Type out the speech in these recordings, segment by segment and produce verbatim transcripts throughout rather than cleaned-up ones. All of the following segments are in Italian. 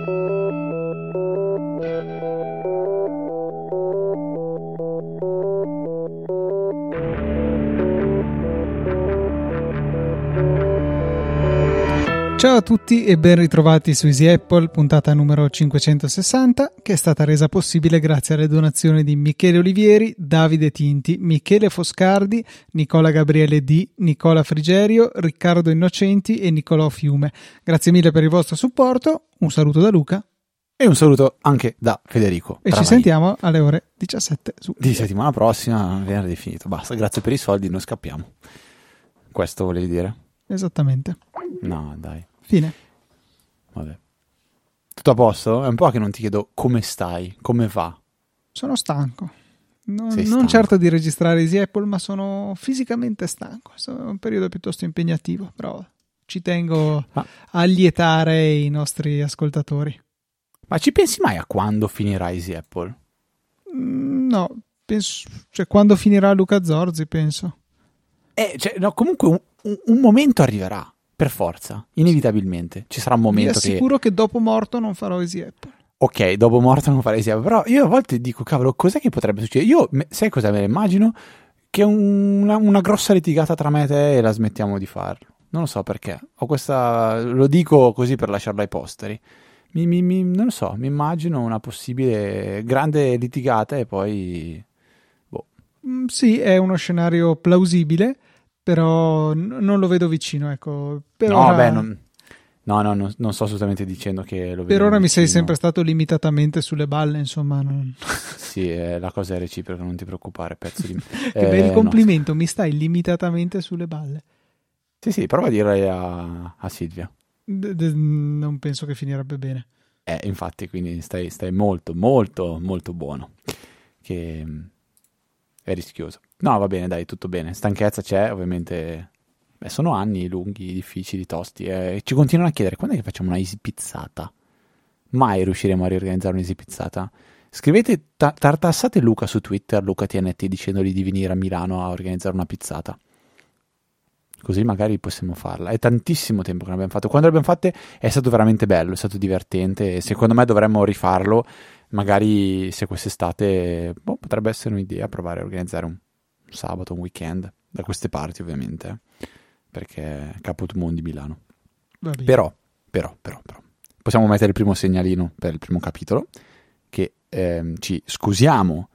Ciao a tutti e ben ritrovati su Easy Apple, puntata numero cinquecentosessanta, che è stata resa possibile grazie alle donazioni di Michele Olivieri, Davide Tinti, Michele Foscardi, Nicola Gabriele D, Nicola Frigerio, Riccardo Innocenti e Nicolò Fiume. Grazie mille per il vostro supporto, un saluto da Luca. E un saluto anche da Federico. E ci sentiamo alle ore diciassette su di settimana prossima, venerdì finito. Basta, grazie per i soldi, noi scappiamo. Questo volevi dire? Esattamente. No, dai. Fine. Vabbè. Tutto a posto? È un po' che non ti chiedo come stai, come va. Sono stanco. Non, Sei non stanco. certo di registrare Easy Apple, ma sono fisicamente stanco. È un periodo piuttosto impegnativo, però ci tengo Ma- a lietare i nostri ascoltatori. Ma ci pensi mai a quando finirà Easy Apple? Mm, no, penso, cioè quando finirà Luca Zorzi, penso. Eh, cioè, no, comunque un, un, un momento arriverà, per forza, inevitabilmente. Ci sarà un Vi momento che... assicuro che dopo morto non farò Easy Apple. Ok, dopo morto non farei Easy Apple, però io a volte dico, cavolo, cos'è che potrebbe succedere? Io, me- sai cosa me ne immagino? Che una, una grossa litigata tra me e te e la smettiamo di farlo. Non lo so perché. Ho questa... Lo dico così per lasciarla ai posteri. Mi, mi, mi- non lo so, mi immagino una possibile grande litigata e poi... Boh. Mm, sì, è uno scenario plausibile, però n- non lo vedo vicino, ecco. Per No, ora, beh, non... No, no, non, non sto assolutamente dicendo che lo vedo per ora mi sei vicino. sempre stato limitatamente sulle balle, insomma. Non... Sì, eh, la cosa è reciproca, non ti preoccupare, pezzo di... che Eh, bel no. complimento, mi stai limitatamente sulle balle. Sì, sì, prova a dire a, a Silvia. D- d- non penso che finirebbe bene. Eh, infatti, quindi stai, stai molto, molto, molto buono. Che mh, è rischioso. No, va bene, dai, tutto bene. Stanchezza c'è, ovviamente. Beh, sono anni lunghi, difficili, tosti. E ci continuano a chiedere quando è che facciamo una easy pizzata. Mai riusciremo a riorganizzare un'easy pizzata. Scrivete, ta- tartassate Luca su Twitter, Luca T N T, dicendogli di venire a Milano a organizzare una pizzata. Così magari possiamo farla. È tantissimo tempo che non abbiamo fatto. Quando l'abbiamo fatte è stato veramente bello, è stato divertente e secondo me dovremmo rifarlo. Magari se quest'estate boh, potrebbe essere un'idea provare a organizzare un, un sabato, un weekend, da queste parti ovviamente, eh, perché è Caput Mundi Milano. Va bene. Però, però, però, però, possiamo mettere il primo segnalino per il primo capitolo, che ehm, ci scusiamo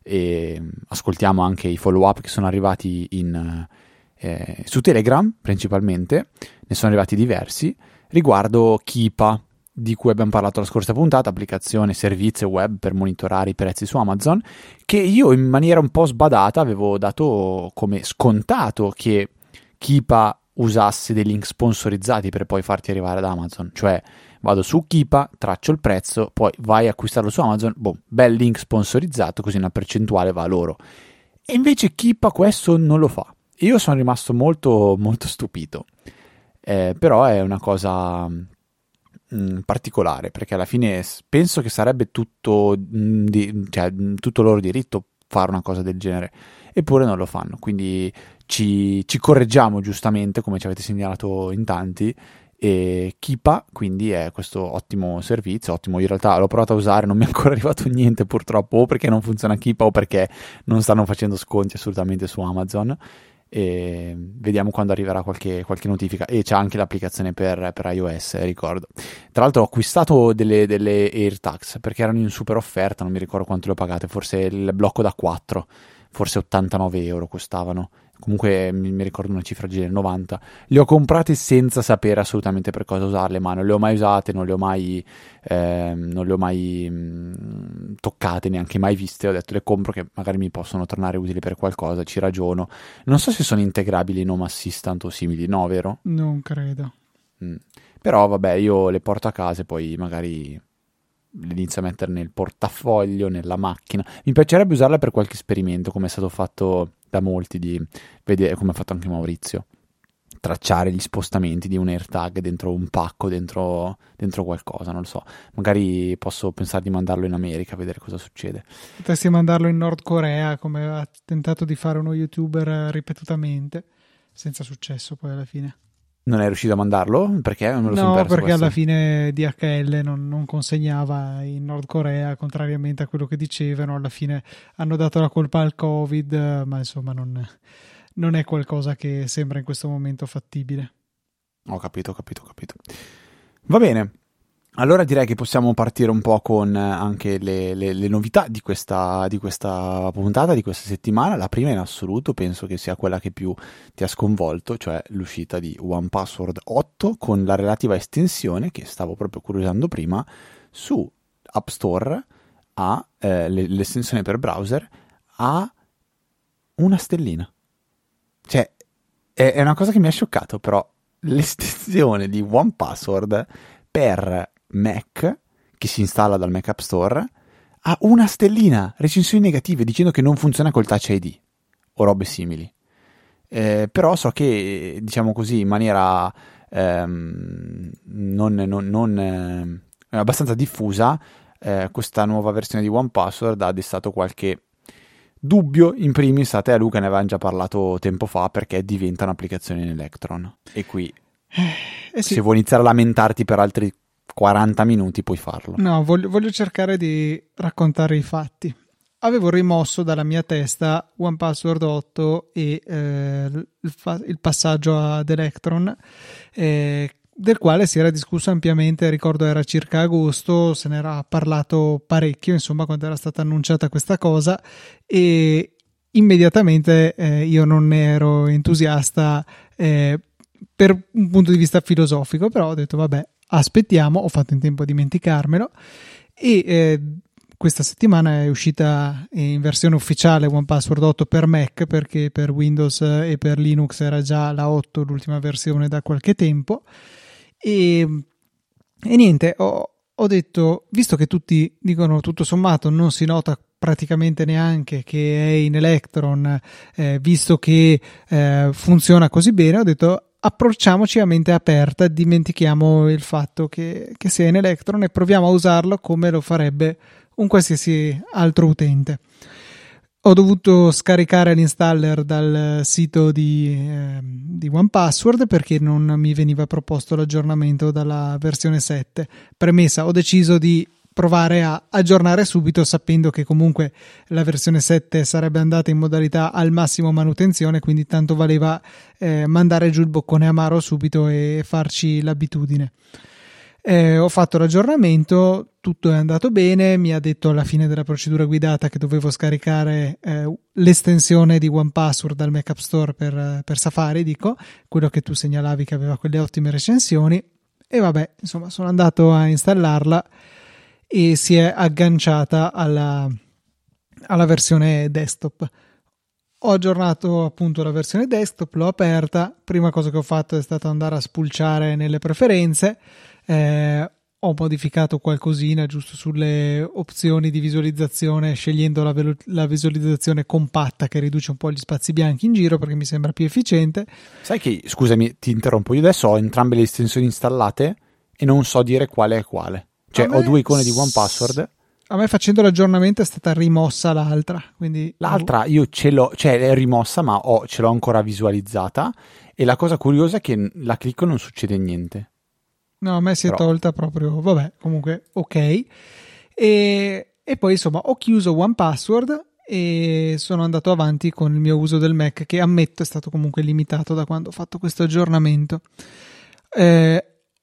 e ascoltiamo anche i follow up che sono arrivati in... Eh, su Telegram principalmente, ne sono arrivati diversi riguardo Keepa, di cui abbiamo parlato la scorsa puntata, applicazione, servizio web per monitorare i prezzi su Amazon, che io in maniera un po' sbadata avevo dato come scontato che Keepa usasse dei link sponsorizzati per poi farti arrivare ad Amazon, cioè vado su Keepa, traccio il prezzo, poi vai a acquistarlo su Amazon, boh, bel link sponsorizzato, così una percentuale va a loro. E invece Keepa questo non lo fa. Io sono rimasto molto molto stupito, eh, però è una cosa mh, particolare, perché alla fine penso che sarebbe tutto, mh, di, cioè, tutto loro diritto fare una cosa del genere, eppure non lo fanno, quindi ci, ci correggiamo giustamente, come ci avete segnalato in tanti, e Keepa quindi è questo ottimo servizio, ottimo, in realtà l'ho provato a usare, non mi è ancora arrivato niente purtroppo, o perché non funziona Keepa o perché non stanno facendo sconti assolutamente su Amazon. E vediamo quando arriverà qualche, qualche notifica, e c'è anche l'applicazione per, per iOS, eh, ricordo. Tra l'altro ho acquistato delle, delle AirTags perché erano in super offerta, non mi ricordo quanto le ho pagate, forse il blocco da quattro, forse ottantanove euro costavano, comunque mi, mi ricordo una cifra genere novanta. Le ho comprate senza sapere assolutamente per cosa usarle, ma non le ho mai usate, non le ho mai eh, non le ho mai mh, toccate, neanche mai viste. Ho detto le compro che magari mi possono tornare utili per qualcosa, ci ragiono. Non so se sono integrabili in Home Assistant o simili, no, vero? Non credo. Mm. Però vabbè, io le porto a casa e poi magari le inizio a mettere nel portafoglio, nella macchina. Mi piacerebbe usarla per qualche esperimento, come è stato fatto da molti, di vedere, come ha fatto anche Maurizio, tracciare gli spostamenti di un AirTag dentro un pacco, dentro, dentro qualcosa, non lo so. Magari posso pensare di mandarlo in America a vedere cosa succede. Potresti mandarlo in Nord Corea, come ha tentato di fare uno youtuber ripetutamente, senza successo poi alla fine. Non è riuscito a mandarlo? Perché? Non me lo son No, perso perché questo. alla fine D H L non, non consegnava in Nord Corea, contrariamente a quello che dicevano. Alla fine hanno dato la colpa al Covid, ma insomma non, non è qualcosa che sembra in questo momento fattibile. Ho capito, ho capito, ho capito. Va bene. Allora direi che possiamo partire un po' con anche le, le, le novità di questa, di questa puntata, di questa settimana. La prima in assoluto penso che sia quella che più ti ha sconvolto, cioè l'uscita di one password otto con la relativa estensione, che stavo proprio curiosando prima, su App Store ha eh, l'estensione per browser ha una stellina. Cioè è, è una cosa che mi ha scioccato, però l'estensione di one password per Mac, che si installa dal Mac App Store, ha una stellina, recensioni negative, dicendo che non funziona col Touch I D o robe simili. Eh, però so che, diciamo così, in maniera ehm, non, non, non eh, abbastanza diffusa, eh, questa nuova versione di one password ha destato qualche dubbio. In primis, a te e Luca ne avevamo già parlato tempo fa, perché diventa un'applicazione in Electron. E qui, Eh sì. se vuoi iniziare a lamentarti per altri quaranta minuti, puoi farlo. No, voglio, voglio cercare di raccontare i fatti. Avevo rimosso dalla mia testa one password otto e eh, il, fa- il passaggio ad Electron, eh, del quale si era discusso ampiamente. Ricordo era circa agosto, se ne era parlato parecchio, insomma, quando era stata annunciata questa cosa, e immediatamente eh, io non ne ero entusiasta eh, per un punto di vista filosofico, però ho detto vabbè, aspettiamo, ho fatto in tempo a dimenticarmelo. E eh, questa settimana è uscita in versione ufficiale one password otto per Mac, perché per Windows e per Linux era già la otto, l'ultima versione da qualche tempo. E, e niente, ho, ho detto, visto che tutti dicono tutto sommato non si nota praticamente neanche che è in Electron, eh, visto che eh, funziona così bene, ho detto approcciamoci a mente aperta, dimentichiamo il fatto che, che sia in Electron e proviamo a usarlo come lo farebbe un qualsiasi altro utente. Ho dovuto scaricare l'installer dal sito di, eh, di one password perché non mi veniva proposto l'aggiornamento dalla versione sette. Premessa, ho deciso di provare a aggiornare subito, sapendo che comunque la versione sette sarebbe andata in modalità al massimo manutenzione, quindi tanto valeva eh, mandare giù il boccone amaro subito e farci l'abitudine. Eh, ho fatto l'aggiornamento, tutto è andato bene, mi ha detto alla fine della procedura guidata che dovevo scaricare eh, l'estensione di one password dal Mac App Store per, per Safari, dico, quello che tu segnalavi che aveva quelle ottime recensioni, e vabbè, insomma, sono andato a installarla e si è agganciata alla, alla versione desktop. Ho aggiornato appunto la versione desktop, l'ho aperta, prima cosa che ho fatto è stato andare a spulciare nelle preferenze, eh, ho modificato qualcosina giusto sulle opzioni di visualizzazione, scegliendo la, velo- la visualizzazione compatta, che riduce un po' gli spazi bianchi in giro perché mi sembra più efficiente. Sai che, scusami, ti interrompo, io adesso ho entrambe le estensioni installate e non so dire quale è quale. Cioè ho due icone di one password. A me facendo l'aggiornamento è stata rimossa l'altra, quindi l'altra io ce l'ho, cioè è rimossa, ma ho, ce l'ho ancora visualizzata, e la cosa curiosa è che la clicco e non succede niente. No, a me si è Però... tolta proprio, vabbè, comunque ok. E, e poi insomma ho chiuso one password e sono andato avanti con il mio uso del Mac, che ammetto è stato comunque limitato da quando ho fatto questo aggiornamento. Eh,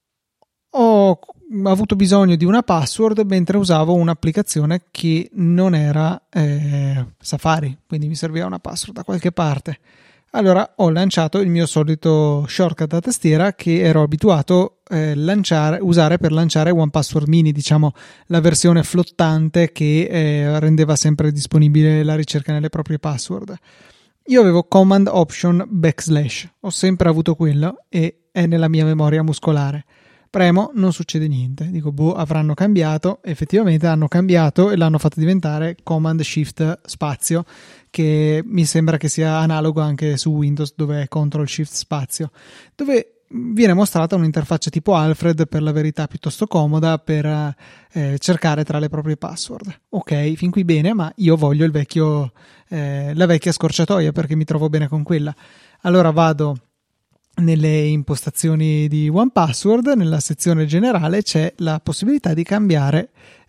ho avuto bisogno di una password mentre usavo un'applicazione che non era eh, Safari, quindi mi serviva una password da qualche parte. Allora ho lanciato il mio solito shortcut da tastiera che ero abituato a eh, lanciare, usare per lanciare one password mini, diciamo la versione flottante che eh, rendeva sempre disponibile la ricerca nelle proprie password. Io avevo command option backslash, ho sempre avuto quello e è nella mia memoria muscolare. Premo, non succede niente. Dico, boh, avranno cambiato. Effettivamente hanno cambiato e l'hanno fatto diventare Command Shift Spazio, che mi sembra che sia analogo anche su Windows, dove è Control Shift Spazio, dove viene mostrata un'interfaccia tipo Alfred, per la verità piuttosto comoda, per eh, cercare tra le proprie password. Ok, fin qui bene, ma io voglio il vecchio, eh, la vecchia scorciatoia, perché mi trovo bene con quella. Allora vado nelle impostazioni di OnePassword, nella sezione generale, c'è la possibilità di cambiare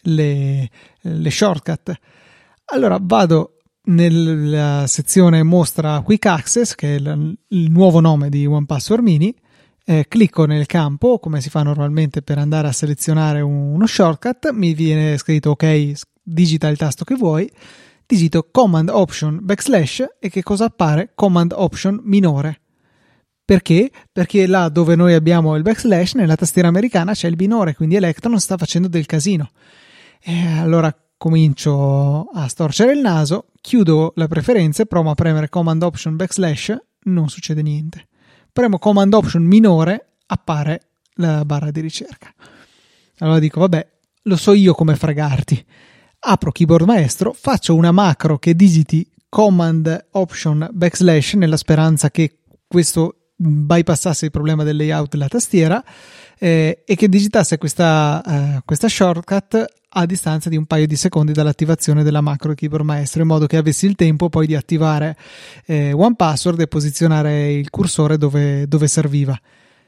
le, le shortcut. Allora vado nella sezione mostra Quick Access, che è il, il nuovo nome di OnePassword Mini, eh, clicco nel campo come si fa normalmente per andare a selezionare un, uno shortcut, mi viene scritto ok, digita il tasto che vuoi, digito Command Option backslash e che cosa appare? Command Option minore. Perché? Perché là dove noi abbiamo il backslash, nella tastiera americana c'è il minore, quindi Electron sta facendo del casino. E allora comincio a storcere il naso, chiudo le preferenze, provo a premere Command Option backslash, non succede niente. Premo Command Option minore, appare la barra di ricerca. Allora dico, vabbè, lo so io come fregarti. Apro Keyboard Maestro, faccio una macro che digiti Command Option backslash nella speranza che questo bypassasse il problema del layout della tastiera eh, e che digitasse questa, eh, questa shortcut a distanza di un paio di secondi dall'attivazione della macro Keyboard Maestro, in modo che avessi il tempo poi di attivare eh, OnePassword e posizionare il cursore dove, dove serviva.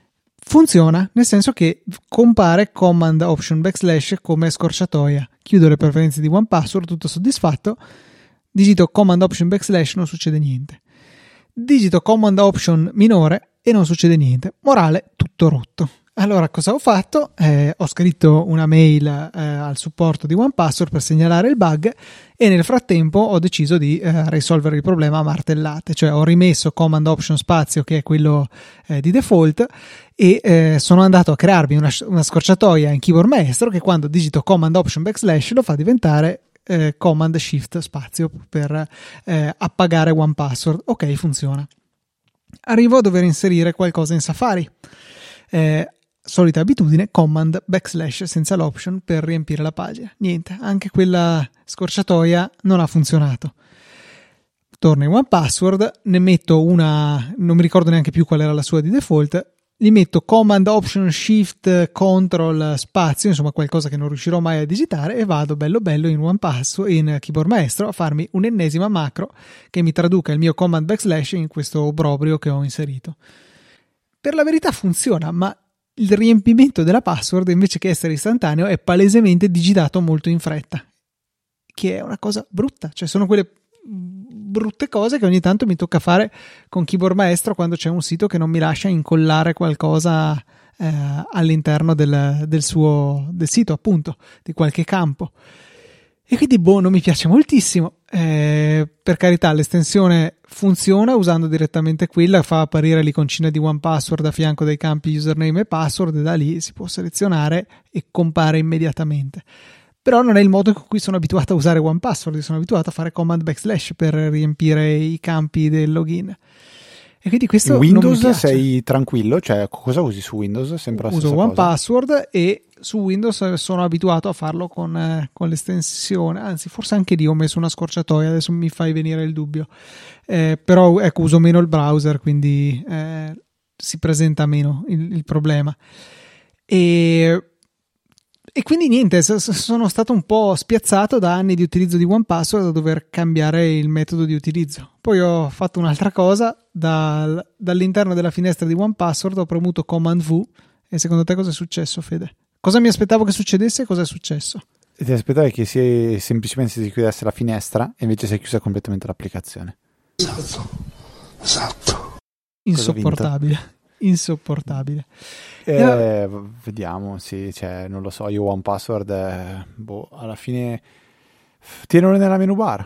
Funziona, nel senso che compare Command Option backslash come scorciatoia. Chiudo le preferenze di OnePassword, tutto soddisfatto, digito Command Option backslash, non succede niente. Digito Command Option minore e non succede niente. Morale, tutto rotto. Allora cosa ho fatto? Eh, ho scritto una mail eh, al supporto di OnePassword per segnalare il bug e nel frattempo ho deciso di eh, risolvere il problema a martellate, cioè ho rimesso Command Option spazio, che è quello eh, di default, e eh, sono andato a crearmi una, una scorciatoia in Keyboard Maestro che quando digito Command Option backslash lo fa diventare Eh, Command Shift spazio per eh, appagare OnePassword. Ok, funziona. Arrivo a dover inserire qualcosa in Safari. Eh, solita abitudine, Command backslash senza l'option per riempire la pagina. Niente, anche quella scorciatoia non ha funzionato. Torno in OnePassword, ne metto una, non mi ricordo neanche più qual era la sua di default, gli metto Command Option Shift Control spazio, insomma qualcosa che non riuscirò mai a digitare, e vado bello bello in OnePassword, in Keyboard Maestro, a farmi un'ennesima macro che mi traduca il mio Command backslash in questo obbrobrio che ho inserito. Per la verità funziona, ma il riempimento della password, invece che essere istantaneo, è palesemente digitato molto in fretta, che è una cosa brutta. Cioè sono quelle brutte cose che ogni tanto mi tocca fare con Keyboard Maestro quando c'è un sito che non mi lascia incollare qualcosa eh, all'interno del, del suo del sito, appunto, di qualche campo. E quindi boh, non mi piace moltissimo. Eh, per carità, l'estensione funziona usando direttamente quella, fa apparire l'iconcina di OnePassword a fianco dei campi username e password e da lì si può selezionare e compare immediatamente. Però non è il modo con cui sono abituato a usare OnePassword, sono abituato a fare Command backslash per riempire i campi del login. E quindi questo in Windows non mi piace. Sei tranquillo? Cioè, cosa usi su Windows? Sembra la Uso stessa OnePassword cosa. E su Windows sono abituato a farlo con, eh, con l'estensione, anzi forse anche lì ho messo una scorciatoia, adesso mi fai venire il dubbio, eh, però ecco, uso meno il browser, quindi eh, si presenta meno il, il problema. E... E quindi niente, sono stato un po' spiazzato da anni di utilizzo di OnePassword a dover cambiare il metodo di utilizzo. Poi ho fatto un'altra cosa, dal, dall'interno della finestra di OnePassword ho premuto Command V e secondo te cosa è successo, Fede? Cosa mi aspettavo che succedesse e cosa è successo? E ti aspettavi che si, semplicemente si chiudesse la finestra e invece si è chiusa completamente l'applicazione. Esatto, esatto. Insopportabile. Insopportabile. Eh, no. Vediamo, sì, cioè, non lo so, io OnePassword eh, boh, alla fine tienilo nella menu bar.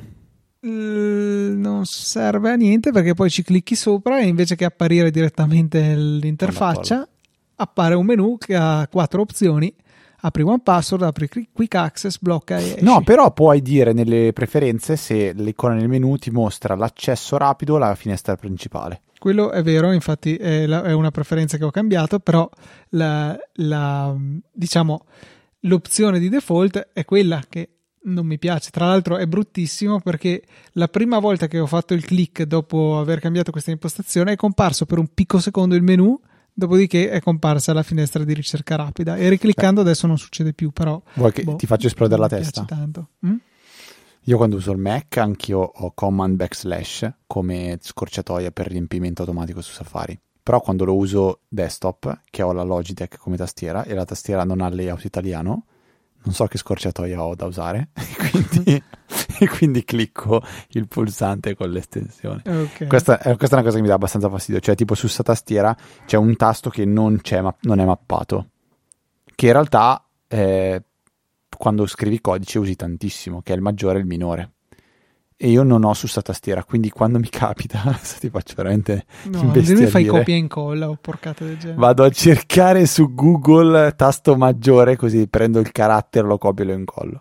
Uh, non serve a niente perché poi ci clicchi sopra e invece che apparire direttamente l'interfaccia appare un menu che ha quattro opzioni: apri OnePassword, apri Quick Access, blocca e esci. No, però puoi dire nelle preferenze se l'icona nel menu ti mostra l'accesso rapido alla finestra principale. Quello è vero, infatti è, la, è una preferenza che ho cambiato, però la, la, diciamo l'opzione di default è quella che non mi piace. Tra l'altro è bruttissimo perché la prima volta che ho fatto il click dopo aver cambiato questa impostazione è comparso per un picosecondo il menu, dopodiché è comparsa la finestra di ricerca rapida e ricliccando Beh. adesso non succede più, però vuoi che boh, ti faccio esplodere la testa? Mi piace tanto. Mm? Io quando uso il Mac anch'io ho Command backslash come scorciatoia per riempimento automatico su Safari, però quando lo uso desktop, che ho la Logitech come tastiera e la tastiera non ha il layout italiano, non so che scorciatoia ho da usare e quindi, e quindi clicco il pulsante con l'estensione. Okay. Questa è, questa è una cosa che mi dà abbastanza fastidio, cioè tipo su sta tastiera c'è un tasto che non c'è, ma non è mappato, che in realtà eh, quando scrivi codice usi tantissimo, che è il maggiore e il minore. E io non ho su sta tastiera, quindi quando mi capita ti faccio veramente no, imbestialire. Mi fai copia e incolla o porcate del genere. Vado a cercare su Google tasto maggiore, così prendo il carattere, lo copio e lo incollo.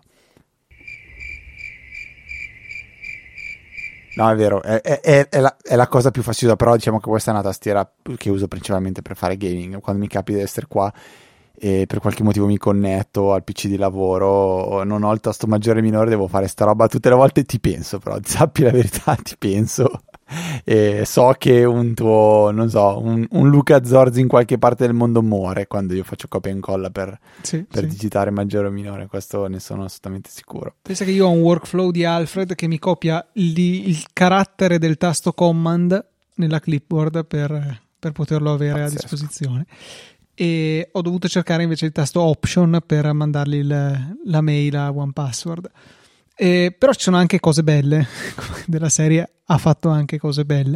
No, è vero, è, è, è, la, è la cosa più fastidiosa, però diciamo che questa è una tastiera che uso principalmente per fare gaming. Quando mi capita di essere qua e per qualche motivo mi connetto al P C di lavoro, non ho il tasto maggiore e minore, devo fare sta roba tutte le volte, ti penso, però sappi la verità, ti penso e so che un tuo, non so, un, un Luca Zorzi in qualche parte del mondo muore quando io faccio copia e incolla per, sì, per sì. digitare maggiore o minore, questo ne sono assolutamente sicuro. Pensa che io ho un workflow di Alfred che mi copia il, il carattere del tasto command nella clipboard per, per poterlo avere Pazzesco. A disposizione. E ho dovuto cercare invece il tasto option per mandargli il, la mail a OnePassword. E, però ci sono anche cose belle della serie, ha fatto anche cose belle,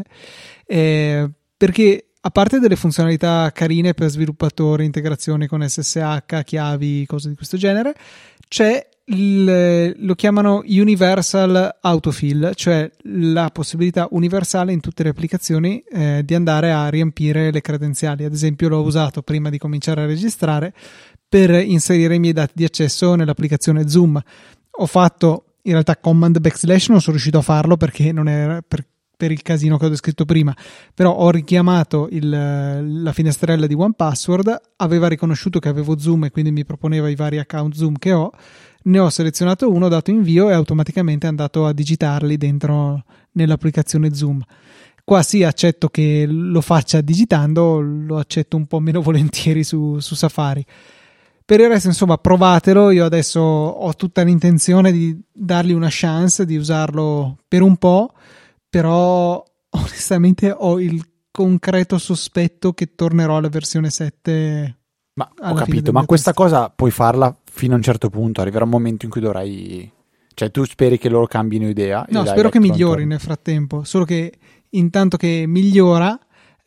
e, perché a parte delle funzionalità carine per sviluppatori, integrazioni con S S H, chiavi, cose di questo genere, c'è il, lo chiamano Universal Autofill, cioè la possibilità universale in tutte le applicazioni eh, di andare a riempire le credenziali. Ad esempio l'ho usato prima di cominciare a registrare per inserire i miei dati di accesso nell'applicazione Zoom. Ho fatto in realtà command backslash, non sono riuscito a farlo perché non era per, per il casino che ho descritto prima, però ho richiamato il, la finestrella di OnePassword, aveva riconosciuto che avevo Zoom e quindi mi proponeva i vari account Zoom che ho, ne ho selezionato uno, dato invio e automaticamente è andato a digitarli dentro nell'applicazione Zoom. Qua sì, accetto che lo faccia digitando, lo accetto un po' meno volentieri su, su Safari. Per il resto, insomma, provatelo. Io adesso ho tutta l'intenzione di dargli una chance, di usarlo per un po', però onestamente ho il concreto sospetto che tornerò alla versione sette. Ma ho capito, ma questa test. Cosa puoi farla fino a un certo punto, arriverà un momento in cui dovrai... Cioè tu speri che loro cambino idea? No, spero che migliori nel frattempo, solo che intanto che migliora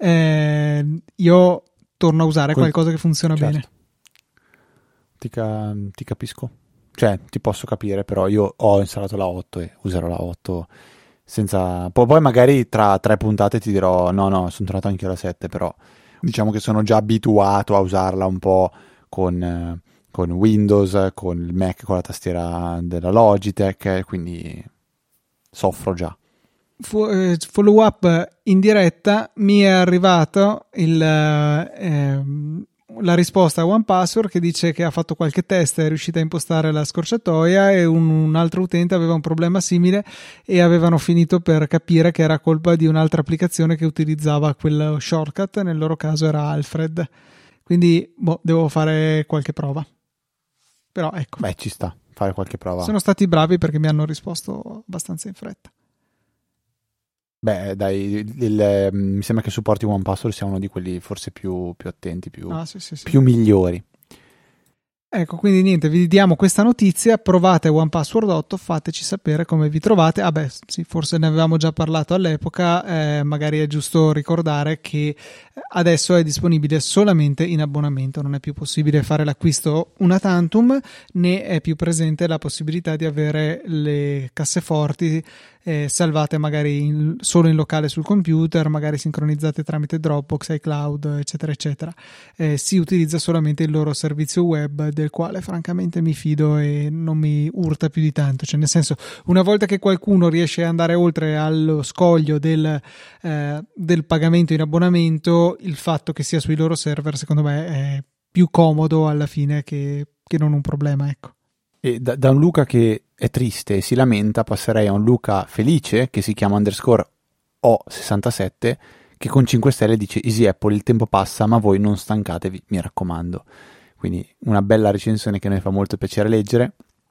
eh, io torno a usare Quel... qualcosa che funziona certo. bene. Ti, ca- ti capisco, cioè ti posso capire, però io ho installato la otto e userò la otto senza... Poi magari tra tre puntate ti dirò no no, sono tornato anche alla sette, però diciamo che sono già abituato a usarla un po' con, eh, con Windows, con il Mac, con la tastiera della Logitech, quindi soffro già. Follow up in diretta, mi è arrivato il... Eh, la risposta a OnePassword che dice che ha fatto qualche test, è riuscita a impostare la scorciatoia e un, un altro utente aveva un problema simile e avevano finito per capire che era colpa di un'altra applicazione che utilizzava quel shortcut, nel loro caso era Alfred, quindi boh, devo fare qualche prova, però ecco. Beh, ci sta, fare qualche prova. Sono stati bravi perché mi hanno risposto abbastanza in fretta. Beh, dai, il, il, mi sembra che supporti OnePassword sia uno di quelli forse più, più attenti, più, ah, sì, sì, sì. più migliori. Ecco, quindi niente, vi diamo questa notizia, provate OnePassword otto, fateci sapere come vi trovate. Ah beh, sì, forse ne avevamo già parlato all'epoca, eh, magari è giusto ricordare che adesso è disponibile solamente in abbonamento, non è più possibile fare l'acquisto una tantum, né è più presente la possibilità di avere le casseforti eh, salvate magari in, solo in locale sul computer, magari sincronizzate tramite Dropbox, iCloud, eccetera eccetera. Eh, si utilizza solamente il loro servizio web, del quale francamente mi fido e non mi urta più di tanto, cioè nel senso, una volta che qualcuno riesce ad andare oltre allo scoglio del, eh, del pagamento in abbonamento, il fatto che sia sui loro server secondo me è più comodo alla fine che, che non un problema, ecco. E da, da un Luca che è triste e si lamenta passerei a un Luca felice che si chiama underscore O sessantasette che con cinque stelle dice Easy Apple, il tempo passa ma voi non stancatevi, mi raccomando. Quindi una bella recensione che a noi fa molto piacere leggere.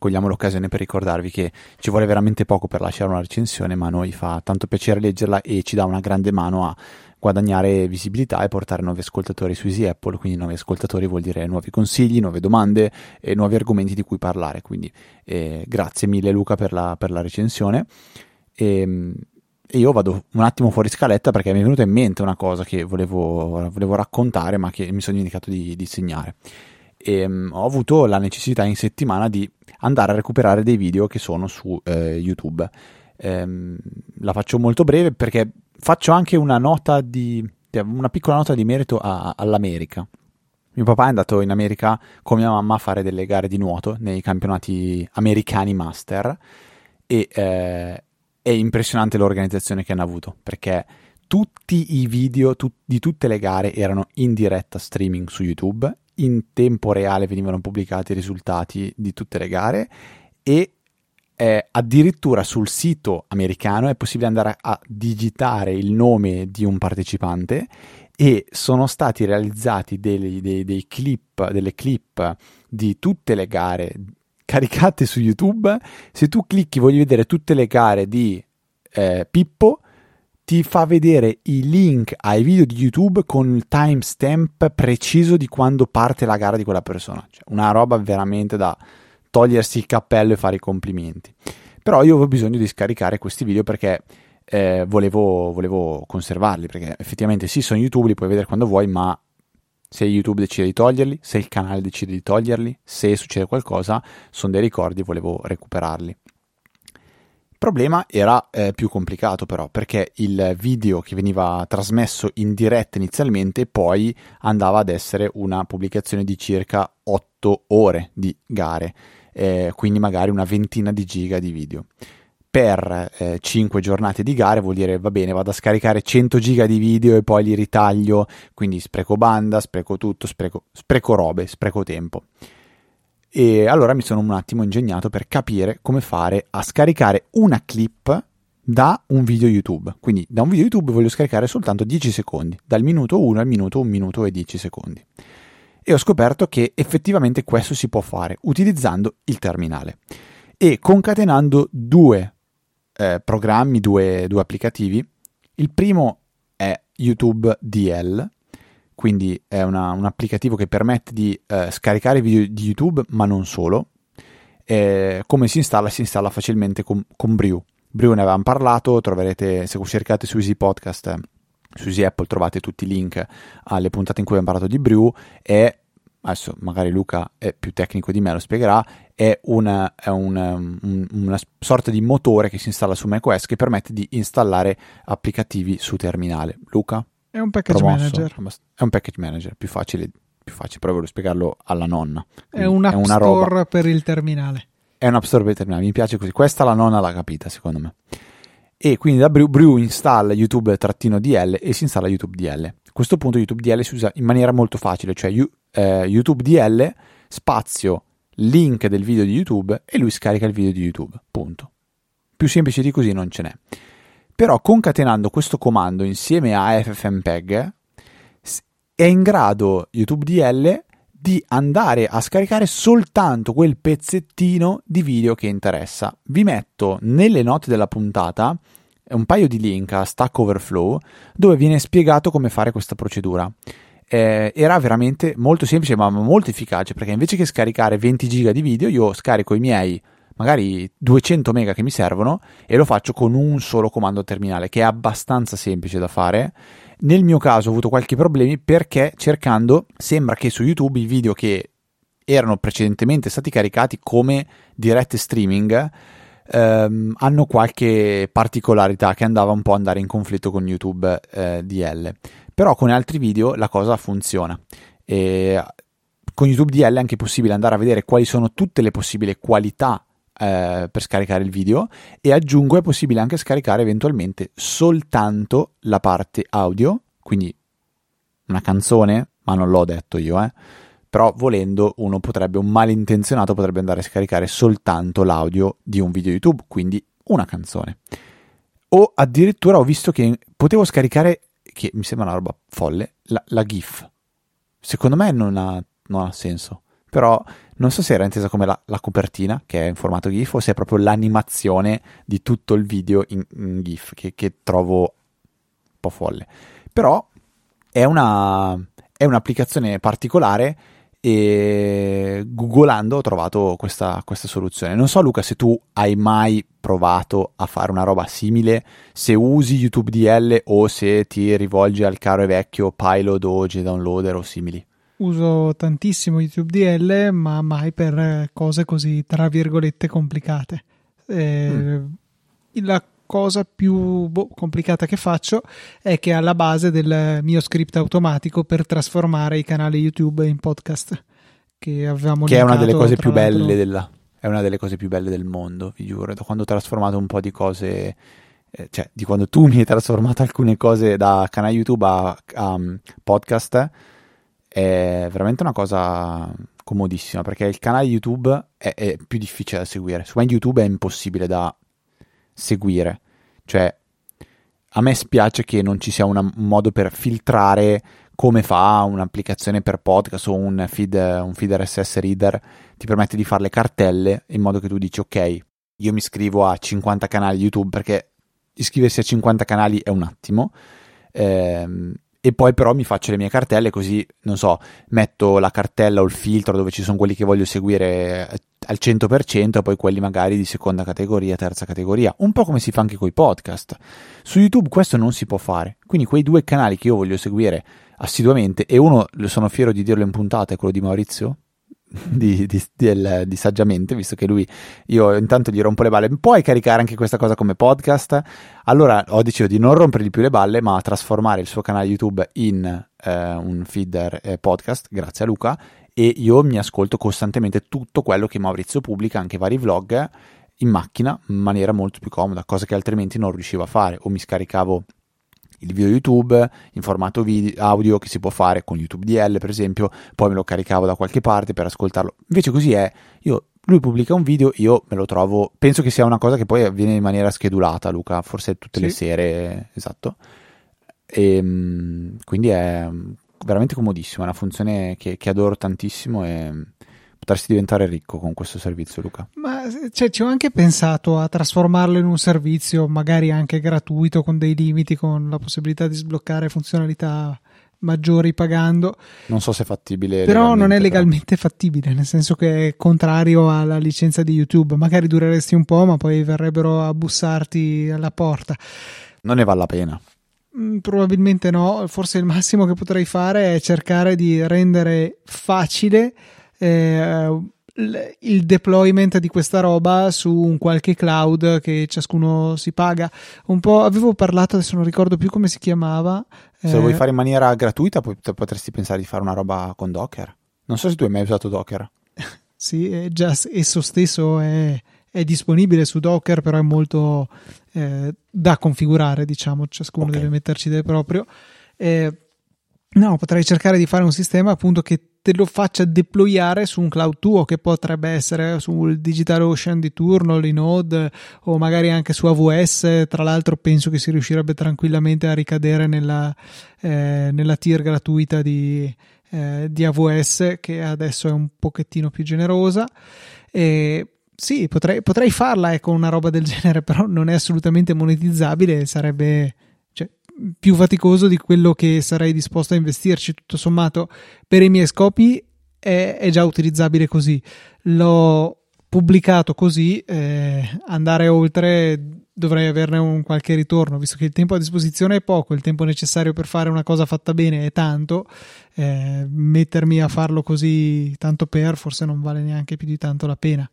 cogliamo l'occasione per ricordarvi che ci vuole veramente poco per lasciare una recensione, ma a noi fa tanto piacere leggerla e ci dà una grande mano a guadagnare visibilità e portare nuovi ascoltatori su Easy Apple. Quindi nuovi ascoltatori vuol dire nuovi consigli, nuove domande e nuovi argomenti di cui parlare. Quindi eh, grazie mille Luca per la, per la recensione. E, e io vado un attimo fuori scaletta perché mi è venuta in mente una cosa che volevo, volevo raccontare, ma che mi sono dimenticato di, di segnare. E, um, ho avuto la necessità in settimana di andare a recuperare dei video che sono su eh, YouTube. Ehm, la faccio molto breve perché faccio anche una nota di una piccola nota di merito a, all'America. Mio papà è andato in America con mia mamma a fare delle gare di nuoto nei campionati americani master e eh, è impressionante l'organizzazione che hanno avuto, perché tutti i video tu- di tutte le gare erano in diretta streaming su YouTube, in tempo reale venivano pubblicati i risultati di tutte le gare e eh, addirittura sul sito americano è possibile andare a digitare il nome di un partecipante e sono stati realizzati dei, dei, dei clip, delle clip di tutte le gare caricate su YouTube. Se tu clicchi voglio vedere tutte le gare di eh, Pippo, ti fa vedere i link ai video di YouTube con il timestamp preciso di quando parte la gara di quella persona. Cioè, una roba veramente da togliersi il cappello e fare i complimenti. Però io avevo bisogno di scaricare questi video perché eh, volevo, volevo conservarli, perché effettivamente sì, sono YouTube, li puoi vedere quando vuoi, ma se YouTube decide di toglierli, se il canale decide di toglierli, se succede qualcosa, sono dei ricordi, volevo recuperarli. Il problema era eh, più complicato però, perché il video che veniva trasmesso in diretta inizialmente poi andava ad essere una pubblicazione di circa otto ore di gare, eh, quindi magari una ventina di giga di video. Per eh, cinque giornate di gare vuol dire va bene, vado a scaricare cento giga di video e poi li ritaglio, quindi spreco banda, spreco tutto, spreco, spreco robe, spreco tempo. E allora mi sono un attimo ingegnato per capire come fare a scaricare una clip da un video YouTube. Quindi da un video YouTube voglio scaricare soltanto dieci secondi, dal minuto uno al minuto un minuto e dieci secondi. E ho scoperto che effettivamente questo si può fare utilizzando il terminale e concatenando due eh, programmi, due, due applicativi. Il primo è YouTube D L, quindi è una, un applicativo che permette di eh, scaricare video di YouTube, ma non solo. Eh, come si installa? Si installa facilmente con, con Brew. Brew ne avevamo parlato, troverete, se cercate su Easy Podcast, eh, su Easy Apple trovate tutti i link alle puntate in cui abbiamo parlato di Brew. È, adesso magari Luca è più tecnico di me, lo spiegherà, è, una, è un, un, una sorta di motore che si installa su macOS che permette di installare applicativi su terminale. Luca? È un package Promosso. manager. È un package manager, più facile, più facile, però voglio spiegarlo alla nonna. È un app è una store roba. per il terminale. È un app store per il terminale, mi piace così. Questa la nonna l'ha capita, secondo me. E quindi da Brew, Brew installa YouTube-D L e si installa YouTube D L. A questo punto YouTube D L si usa in maniera molto facile, cioè eh, YouTube D L, spazio, link del video di YouTube e lui scarica il video di YouTube, punto. Più semplice di così non ce n'è. Però concatenando questo comando insieme a ffmpeg è in grado YouTube D L di andare a scaricare soltanto quel pezzettino di video che interessa. Vi metto nelle note della puntata un paio di link a Stack Overflow dove viene spiegato come fare questa procedura. Eh, era veramente molto semplice ma molto efficace, perché invece che scaricare venti giga di video io scarico i miei magari duecento mega che mi servono e lo faccio con un solo comando terminale, che è abbastanza semplice da fare. Nel mio caso ho avuto qualche problemi perché cercando sembra che su YouTube i video che erano precedentemente stati caricati come dirette streaming ehm, hanno qualche particolarità che andava un po' andare in conflitto con YouTube eh, D L, però con altri video la cosa funziona. E con YouTube D L è anche possibile andare a vedere quali sono tutte le possibili qualità Eh, per scaricare il video, e aggiungo è possibile anche scaricare eventualmente soltanto la parte audio, quindi una canzone, ma non l'ho detto io, eh. Però volendo uno potrebbe, un malintenzionato potrebbe andare a scaricare soltanto l'audio di un video YouTube, quindi una canzone. O addirittura ho visto che potevo scaricare, che mi sembra una roba folle, la, la GIF. Secondo me non ha, non ha senso. però non so se era intesa come la, la copertina, che è in formato GIF, o se è proprio l'animazione di tutto il video in, in GIF, che, che trovo un po' folle. Però è una è un'applicazione particolare e googolando ho trovato questa, questa soluzione. Non so, Luca, se tu hai mai provato a fare una roba simile, se usi YouTube D L o se ti rivolgi al caro e vecchio Pilot o Gdownloader o simili. Uso tantissimo YouTube D L, ma mai per cose così, tra virgolette, complicate. Eh, mm. La cosa più boh, complicata che faccio è che alla base del mio script automatico per trasformare i canali YouTube in podcast, che avevamo che è una delle cose più l'altro... belle della, è una delle cose più belle del mondo, vi giuro. Da quando ho trasformato un po' di cose, eh, cioè di quando tu mi hai trasformato alcune cose da canale YouTube a, a um, podcast, è veramente una cosa comodissima, perché il canale YouTube è, è più difficile da seguire. Su YouTube è impossibile da seguire, cioè a me spiace che non ci sia una, un modo per filtrare come fa un'applicazione per podcast o un feed, un feed R S S reader, ti permette di fare le cartelle in modo che tu dici ok, io mi iscrivo a cinquanta canali YouTube, perché iscriversi a cinquanta canali è un attimo, ehm, e poi però mi faccio le mie cartelle, così, non so, metto la cartella o il filtro dove ci sono quelli che voglio seguire al cento per cento e poi quelli magari di seconda categoria, terza categoria, un po' come si fa anche con i podcast. Su YouTube questo non si può fare, quindi quei due canali che io voglio seguire assiduamente, e uno, sono fiero di dirlo in puntata, è quello di Maurizio, di, di, di, di Saggiamente, visto che lui, io intanto gli rompo le balle, puoi caricare anche questa cosa come podcast? Allora ho deciso di non rompergli più le balle, ma trasformare il suo canale YouTube in eh, un feeder eh, podcast, grazie a Luca, e io mi ascolto costantemente tutto quello che Maurizio pubblica, anche vari vlog, in macchina, in maniera molto più comoda, cosa che altrimenti non riuscivo a fare, o mi scaricavo il video YouTube in formato video, audio, che si può fare con YouTube D L per esempio, poi me lo caricavo da qualche parte per ascoltarlo. Invece così è, io, lui pubblica un video, io me lo trovo, penso che sia una cosa che poi avviene in maniera schedulata, Luca, forse tutte sì. le sere, esatto, e quindi è veramente comodissima, è una funzione che, che adoro tantissimo e potresti diventare ricco con questo servizio, Luca. Ma cioè, ci ho anche pensato a trasformarlo in un servizio magari anche gratuito, con dei limiti, con la possibilità di sbloccare funzionalità maggiori pagando. Non so se è fattibile, però non è legalmente però. fattibile, nel senso che è contrario alla licenza di YouTube. Magari dureresti un po', ma poi verrebbero a bussarti alla porta. Non ne vale la pena. Probabilmente no. Forse il massimo che potrei fare è cercare di rendere facile eh, il deployment di questa roba su un qualche cloud che ciascuno si paga. Un po' avevo parlato, adesso non ricordo più come si chiamava. Se eh, lo vuoi fare in maniera gratuita potresti pensare di fare una roba con Docker. Non so se tu hai mai usato Docker. Sì, è già esso stesso è, è disponibile su Docker, però è molto eh, da configurare, diciamo, ciascuno okay. deve metterci del proprio. Eh, no, potrei cercare di fare un sistema appunto che te lo faccia deployare su un cloud tuo, che potrebbe essere sul DigitalOcean di turno, l'Inode, o magari anche su A W S. Tra l'altro penso che si riuscirebbe tranquillamente a ricadere nella, eh, nella tier gratuita di, eh, di A W S, che adesso è un pochettino più generosa. E sì, potrei, potrei farla ecco, una roba del genere, però non è assolutamente monetizzabile, sarebbe più faticoso di quello che sarei disposto a investirci. Tutto sommato per i miei scopi è, è già utilizzabile così, l'ho pubblicato così, eh, andare oltre dovrei averne un qualche ritorno, visto che il tempo a disposizione è poco, il tempo necessario per fare una cosa fatta bene è tanto, eh, mettermi a farlo così tanto per forse non vale neanche più di tanto la pena.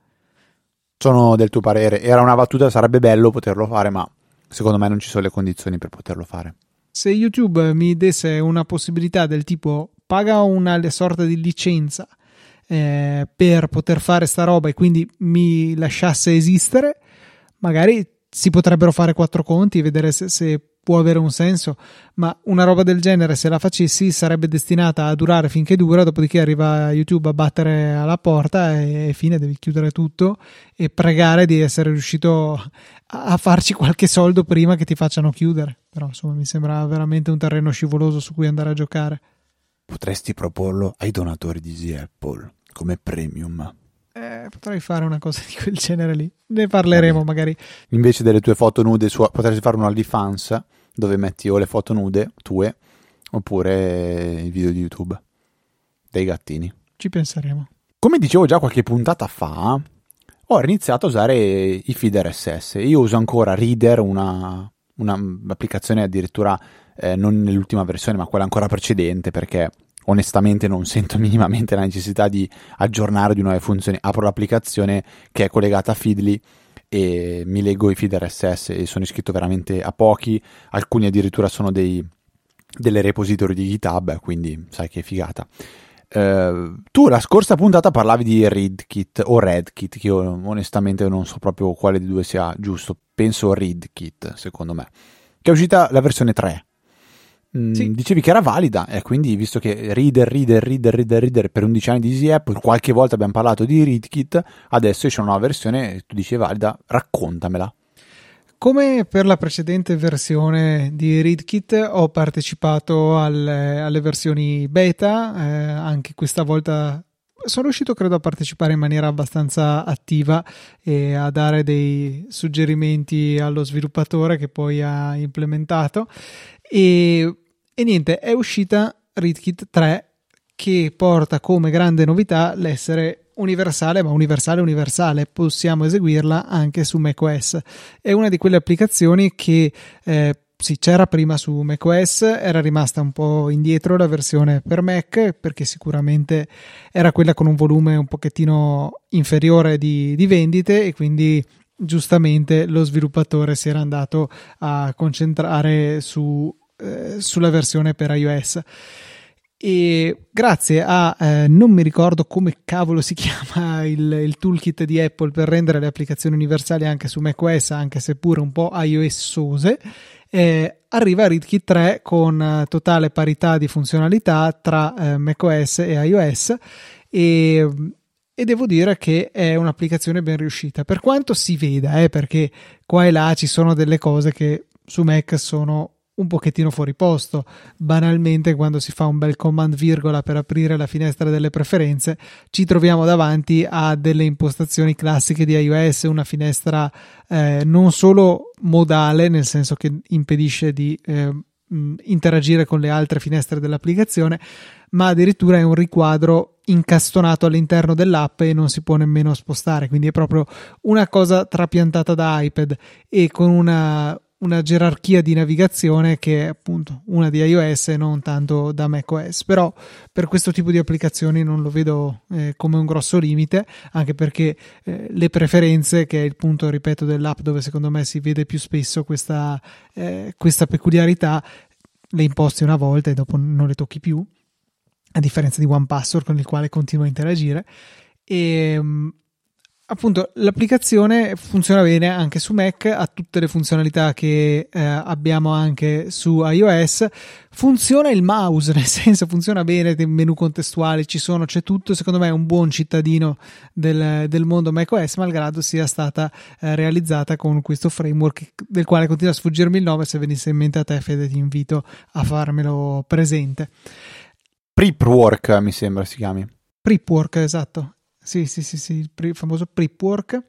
Sono del tuo parere, era una battuta, sarebbe bello poterlo fare, ma secondo me non ci sono le condizioni per poterlo fare. Se YouTube mi desse una possibilità del tipo paga una sorta di licenza eh, per poter fare sta roba e quindi mi lasciasse esistere, magari si potrebbero fare quattro conti e vedere se, se può avere un senso, ma una roba del genere, se la facessi, sarebbe destinata a durare finché dura, dopodiché arriva YouTube a battere alla porta e, e fine, devi chiudere tutto e pregare di essere riuscito a, a farci qualche soldo prima che ti facciano chiudere. Però insomma mi sembra veramente un terreno scivoloso su cui andare a giocare. Potresti proporlo ai donatori di Easy Apple, Come premium. Eh, potrei fare una cosa di quel genere lì. Ne parleremo magari. Invece delle tue foto nude, su, potresti fare un OnlyFans dove metti o le foto nude tue oppure i video di YouTube dei gattini. Ci penseremo. Come dicevo già qualche puntata fa, ho iniziato a usare i feed R S S. Io uso ancora Reader, una, una applicazione addirittura eh, non nell'ultima versione, ma quella ancora precedente, perché onestamente non sento minimamente la necessità di aggiornare di nuove funzioni. Apro l'applicazione che è collegata a Feedly e mi leggo i feed R S S e sono iscritto veramente a pochi, alcuni addirittura sono dei, delle repository di GitHub, quindi sai che figata. Uh, tu la scorsa puntata parlavi di ReadKit o RedKit, che io onestamente non so proprio quale dei due sia giusto, penso ReadKit secondo me, che è uscita la versione tre. Mm, sì. Dicevi che era valida e quindi visto che Reader, Reader, Reader, Reader, Reader per undici anni di Easy Apple, qualche volta abbiamo parlato di ReadKit, adesso c'è una nuova versione, tu dici è valida, raccontamela. Come per la precedente versione di ReadKit ho partecipato alle, alle versioni beta, eh, anche questa volta sono riuscito credo a partecipare in maniera abbastanza attiva e a dare dei suggerimenti allo sviluppatore che poi ha implementato e, e niente, è uscita ReadKit tre che porta come grande novità l'essere universale, ma universale universale, possiamo eseguirla anche su macOS. È una di quelle applicazioni che eh, sì, c'era prima su macOS, era rimasta un po' indietro la versione per Mac perché sicuramente era quella con un volume un pochettino inferiore di, di vendite e quindi giustamente lo sviluppatore si era andato a concentrare su, eh, sulla versione per iOS. E grazie a eh, non mi ricordo come cavolo si chiama il, il toolkit di Apple per rendere le applicazioni universali anche su macOS, anche se pure un po' iOS-sose, eh, arriva ReadKit tre con eh, totale parità di funzionalità tra eh, macOS e iOS e, e devo dire che è un'applicazione ben riuscita, per quanto si veda, eh, perché qua e là ci sono delle cose che su Mac sono un pochettino fuori posto. Banalmente, quando si fa un bel command virgola per aprire la finestra delle preferenze, ci troviamo davanti a delle impostazioni classiche di iOS, una finestra eh, non solo modale, nel senso che impedisce di eh, interagire con le altre finestre dell'applicazione, ma addirittura è un riquadro incastonato all'interno dell'app e non si può nemmeno spostare, quindi è proprio una cosa trapiantata da iPad e con una una gerarchia di navigazione che è appunto una di iOS e non tanto da macOS, però per questo tipo di applicazioni non lo vedo eh, come un grosso limite, anche perché eh, le preferenze, che è il punto, ripeto, dell'app dove secondo me si vede più spesso questa, eh, questa peculiarità, le imposti una volta e dopo non le tocchi più, a differenza di OnePassword con il quale continuo a interagire. E appunto l'applicazione funziona bene anche su Mac, ha tutte le funzionalità che eh, abbiamo anche su iOS, funziona il mouse, nel senso funziona bene, dei menu contestuali ci sono, c'è tutto, secondo me è un buon cittadino del, del mondo macOS, malgrado sia stata eh, realizzata con questo framework del quale continua a sfuggirmi il nome, se venisse in mente a te Fede ti invito a farmelo presente. Prepwork mi sembra si chiami. Prepwork, esatto. Sì, sì, sì, sì, il, pre- il famoso Prepwork.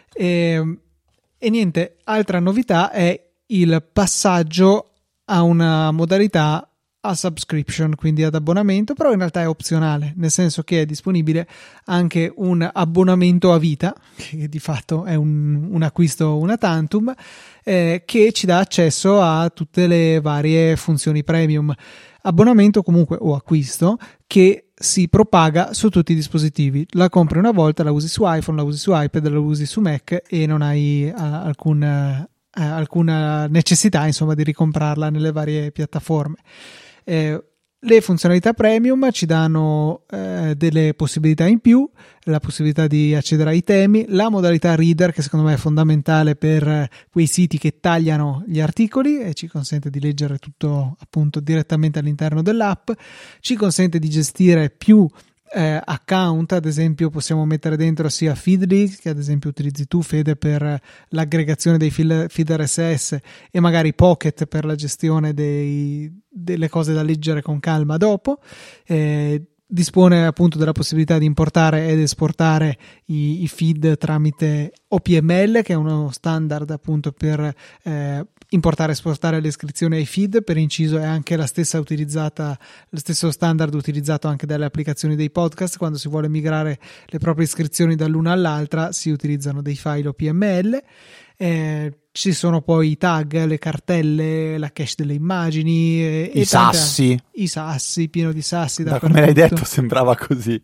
E, e niente, altra novità è il passaggio a una modalità a subscription, quindi ad abbonamento, però in realtà è opzionale, nel senso che è disponibile anche un abbonamento a vita, che di fatto è un, un acquisto una tantum, eh, che ci dà accesso a tutte le varie funzioni premium. Abbonamento comunque o acquisto che si propaga su tutti i dispositivi, la compri una volta, la usi su iPhone, la usi su iPad, la usi su Mac e non hai uh, alcun, uh, alcuna necessità insomma di ricomprarla nelle varie piattaforme. Eh, le funzionalità premium ci danno eh, delle possibilità in più, la possibilità di accedere ai temi, la modalità reader che secondo me è fondamentale per eh, quei siti che tagliano gli articoli e ci consente di leggere tutto appunto direttamente all'interno dell'app, ci consente di gestire più eh, account, ad esempio possiamo mettere dentro sia Feedly, che ad esempio utilizzi tu Fede per l'aggregazione dei feed R S S, e magari Pocket per la gestione dei, delle cose da leggere con calma dopo, eh, dispone appunto della possibilità di importare ed esportare i, i feed tramite O P M L, che è uno standard appunto per eh, importare e esportare le iscrizioni ai feed. Per inciso è anche la stessa utilizzata, lo stesso standard utilizzato anche dalle applicazioni dei podcast. Quando si vuole migrare le proprie iscrizioni dall'una all'altra si utilizzano dei file O P M L. Eh, ci sono poi i tag, le cartelle, la cache delle immagini, eh, i e sassi, tante, i sassi, pieno di sassi. Da come l'hai detto sembrava così.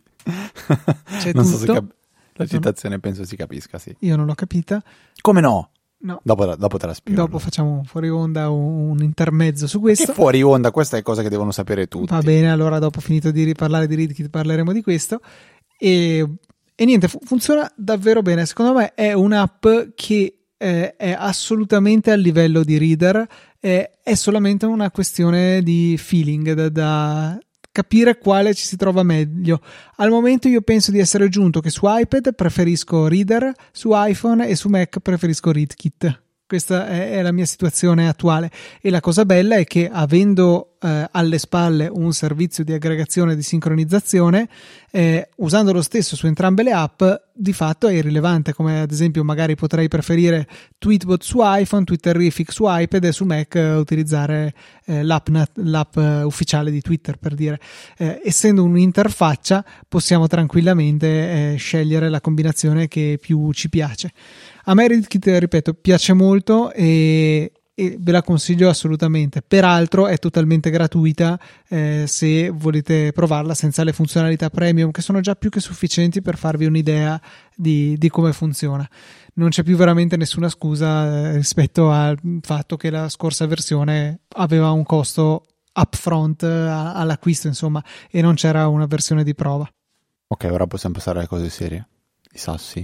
C'è non tutto. So se cap- la citazione penso si capisca, sì. Io non l'ho capita. Come no? No. Dopo, dopo te la spiego. Dopo facciamo fuori onda un, un intermezzo su questo. Che fuori onda? Questa è cosa che devono sapere tutti. Va bene, allora dopo finito di parlare di ReadKit parleremo di questo. E, e niente, fu- funziona davvero bene. Secondo me è un'app che eh, è assolutamente a livello di reader. Eh, è solamente una questione di feeling, da, da capire quale ci si trova meglio. Al momento io penso di essere giunto che su iPad preferisco Reader, su iPhone e su Mac preferisco ReadKit. Questa è, è la mia situazione attuale, e la cosa bella è che, avendo eh, alle spalle un servizio di aggregazione e di sincronizzazione, eh, usando lo stesso su entrambe le app, di fatto è irrilevante. Come ad esempio magari potrei preferire Tweetbot su iPhone, Twitterrific su iPad, e su Mac eh, utilizzare eh, l'app, l'app eh, ufficiale di Twitter, per dire. Eh, essendo un'interfaccia possiamo tranquillamente eh, scegliere la combinazione che più ci piace. A me ReadKit, ripeto, piace molto e, e ve la consiglio assolutamente. Peraltro è totalmente gratuita eh, se volete provarla senza le funzionalità premium, che sono già più che sufficienti per farvi un'idea di, di come funziona. Non c'è più veramente nessuna scusa eh, rispetto al fatto che la scorsa versione aveva un costo upfront eh, all'acquisto, insomma, e non c'era una versione di prova. Ok, ora possiamo passare alle cose serie. I sassi.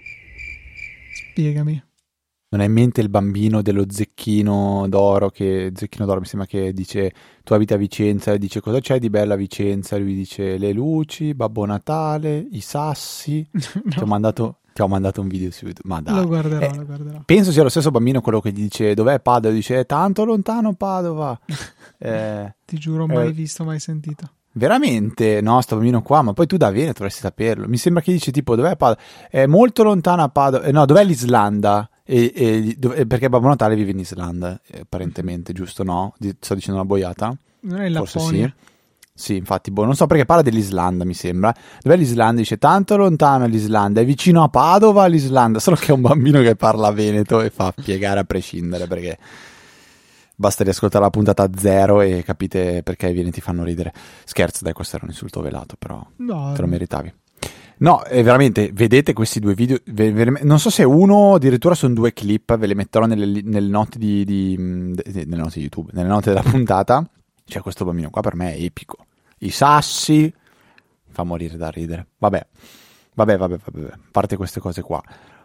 Spiegami. Non hai in mente il bambino dello Zecchino d'Oro, che Zecchino d'Oro mi sembra che dice: tu abiti a Vicenza, e dice: cosa c'è di bella a Vicenza? E lui dice: le luci, Babbo Natale, i sassi. No. Ti ho mandato ti ho mandato un video su YouTube. Ma dai, lo guarderò, eh, lo guarderò. Penso sia lo stesso bambino quello che gli dice: dov'è Padova? E dice: è tanto lontano Padova. eh, Ti giuro, mai eh, visto, mai sentito. Veramente? No, sto bambino qua, ma poi tu da Veneto dovresti saperlo. Mi sembra che dice tipo: dov'è Padova? È molto lontana Padova. Eh, no, dov'è l'Islanda? E, e, dove, perché Babbo Natale vive in Islanda, eh, apparentemente, giusto? No? Di, sto dicendo una boiata? Non è in Forse Lapponia. sì. Sì, infatti, boh, non so perché parla dell'Islanda, mi sembra. Dov'è l'Islanda? Dice: tanto lontano l'Islanda, è vicino a Padova l'Islanda. Solo che è un bambino che parla veneto e fa piegare a prescindere, perché basta riascoltare la puntata zero e capite perché i veneti fanno ridere. Scherzo, dai, questo era un insulto velato, però No, te lo meritavi. No, eh, veramente, vedete questi due video, ve, ve, non so se uno, addirittura sono due clip, ve le metterò nelle, nelle note di, di, di nelle note di YouTube, nelle note della puntata. C'è questo bambino qua, per me è epico. I sassi, fa morire da ridere. Vabbè, vabbè, vabbè, vabbè, a parte queste cose qua.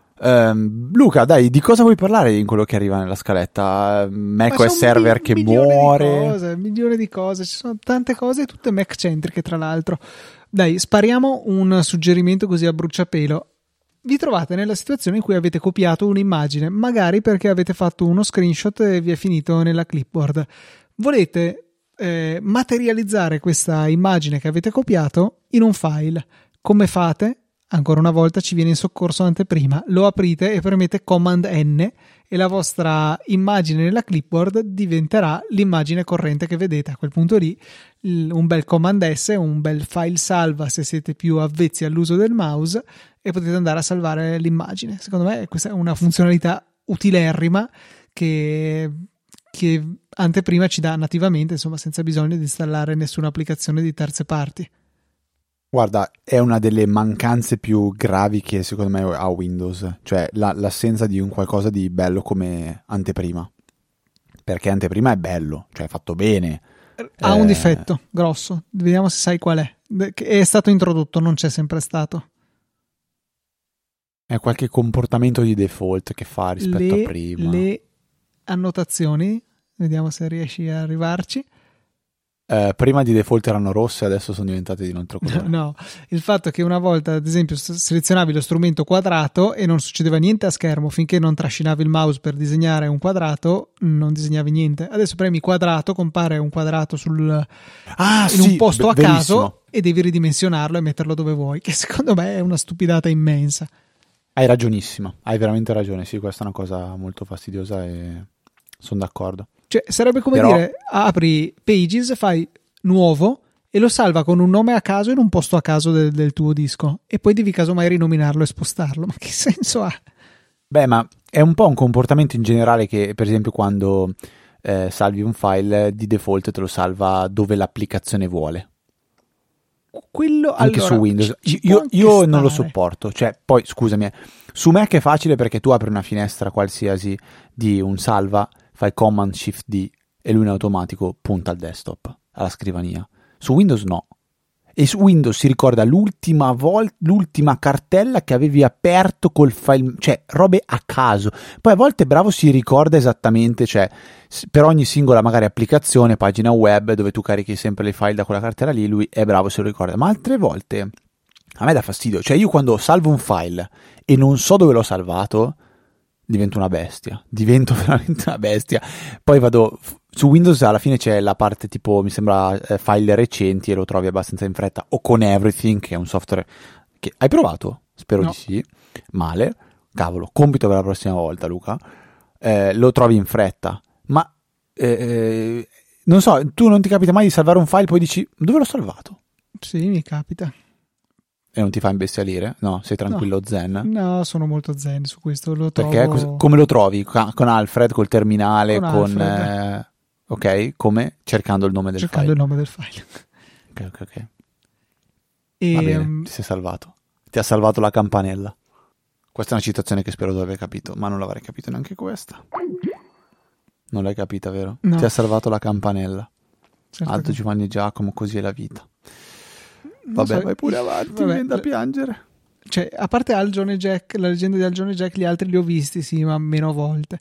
Um, Luca, dai, di cosa vuoi parlare in quello che arriva nella scaletta? macOS server che muore, di cose, milioni di cose, ci sono tante cose, tutte Mac centriche tra l'altro. Dai, spariamo un suggerimento così a bruciapelo. Vi trovate nella situazione in cui avete copiato un'immagine, magari perché avete fatto uno screenshot e vi è finito nella clipboard. Volete eh, materializzare questa immagine che avete copiato in un file. Come fate? Ancora una volta ci viene in soccorso anteprima, lo aprite e premete Command N e la vostra immagine nella clipboard diventerà l'immagine corrente che vedete. A quel punto lì un bel Command S, un bel file salva se siete più avvezzi all'uso del mouse, e potete andare a salvare l'immagine. Secondo me questa è una funzionalità utilerrima che, che anteprima ci dà nativamente, insomma, senza bisogno di installare nessuna applicazione di terze parti. Guarda, è una delle mancanze più gravi che secondo me ha Windows, cioè la, l'assenza di un qualcosa di bello come anteprima, perché anteprima è bello, cioè è fatto bene. Ha eh... un difetto grosso, vediamo se sai qual è. È stato introdotto, non c'è sempre stato. È qualche comportamento di default che fa rispetto le, a prima. Le annotazioni, vediamo se riesci a arrivarci. Uh, prima di default erano rosse, adesso sono diventate di un altro colore. No, il fatto che una volta, ad esempio, selezionavi lo strumento quadrato e non succedeva niente a schermo finché non trascinavi il mouse per disegnare un quadrato, non disegnavi niente. Adesso premi quadrato, compare un quadrato sul, ah, in sì, un posto be- a verissimo. caso e devi ridimensionarlo e metterlo dove vuoi, che secondo me è una stupidata immensa. Hai ragionissima, hai veramente ragione, sì, questa è una cosa molto fastidiosa e sono d'accordo. Cioè, sarebbe come Però... dire, apri Pages, fai nuovo e lo salva con un nome a caso in un posto a caso del, del tuo disco e poi devi casomai rinominarlo e spostarlo. Ma che senso ha? Beh, ma è un po' un comportamento in generale che, per esempio, quando eh, salvi un file, di default te lo salva dove l'applicazione vuole. Quello, anche allora, su Windows. ci, ci io io non lo stare. sopporto. Cioè, poi, scusami, su Mac è facile perché tu apri una finestra qualsiasi di un salva, fai Command Shift D e lui in automatico punta al desktop, alla scrivania. Su Windows no. E su Windows si ricorda l'ultima volta, l'ultima cartella che avevi aperto col file, cioè robe a caso. Poi a volte bravo si ricorda esattamente, cioè per ogni singola magari applicazione, pagina web dove tu carichi sempre le file da quella cartella lì, lui è bravo se lo ricorda. Ma altre volte a me dà fastidio, cioè io quando salvo un file e non so dove l'ho salvato, divento una bestia, divento veramente una bestia. Poi vado su Windows, alla fine c'è la parte tipo, mi sembra, eh, file recenti e lo trovi abbastanza in fretta, o con Everything, che è un software che hai provato? Spero No. di sì. Male, cavolo, compito per la prossima volta, Luca. Eh, lo trovi in fretta, ma eh, non so, tu non ti capita mai di salvare un file poi dici dove l'ho salvato? Sì, mi capita. E non ti fa imbestialire? No, sei tranquillo, No. zen? No, sono molto zen su questo. Lo trovo... Perché cos- come lo trovi? Ca- Con Alfred, col terminale, Con con... Alfred. eh, ok, come? Cercando il nome del cercando file. il nome del file. Ok, ok, ok. E, Va bene, um, ti sei salvato. Ti ha salvato la campanella. Questa è una citazione che spero tu aver capito, ma non l'avrei capito neanche questa. Non l'hai capita, vero? No. Ti ha salvato la campanella. certo Alto che- Giovanni e Giacomo, così è la vita. non Vabbè, so, vai pure eh, avanti, vabbè, mi viene da le- piangere. Cioè, a parte Al John e Jack, la leggenda di Al John e Jack, gli altri li ho visti, sì, ma meno volte.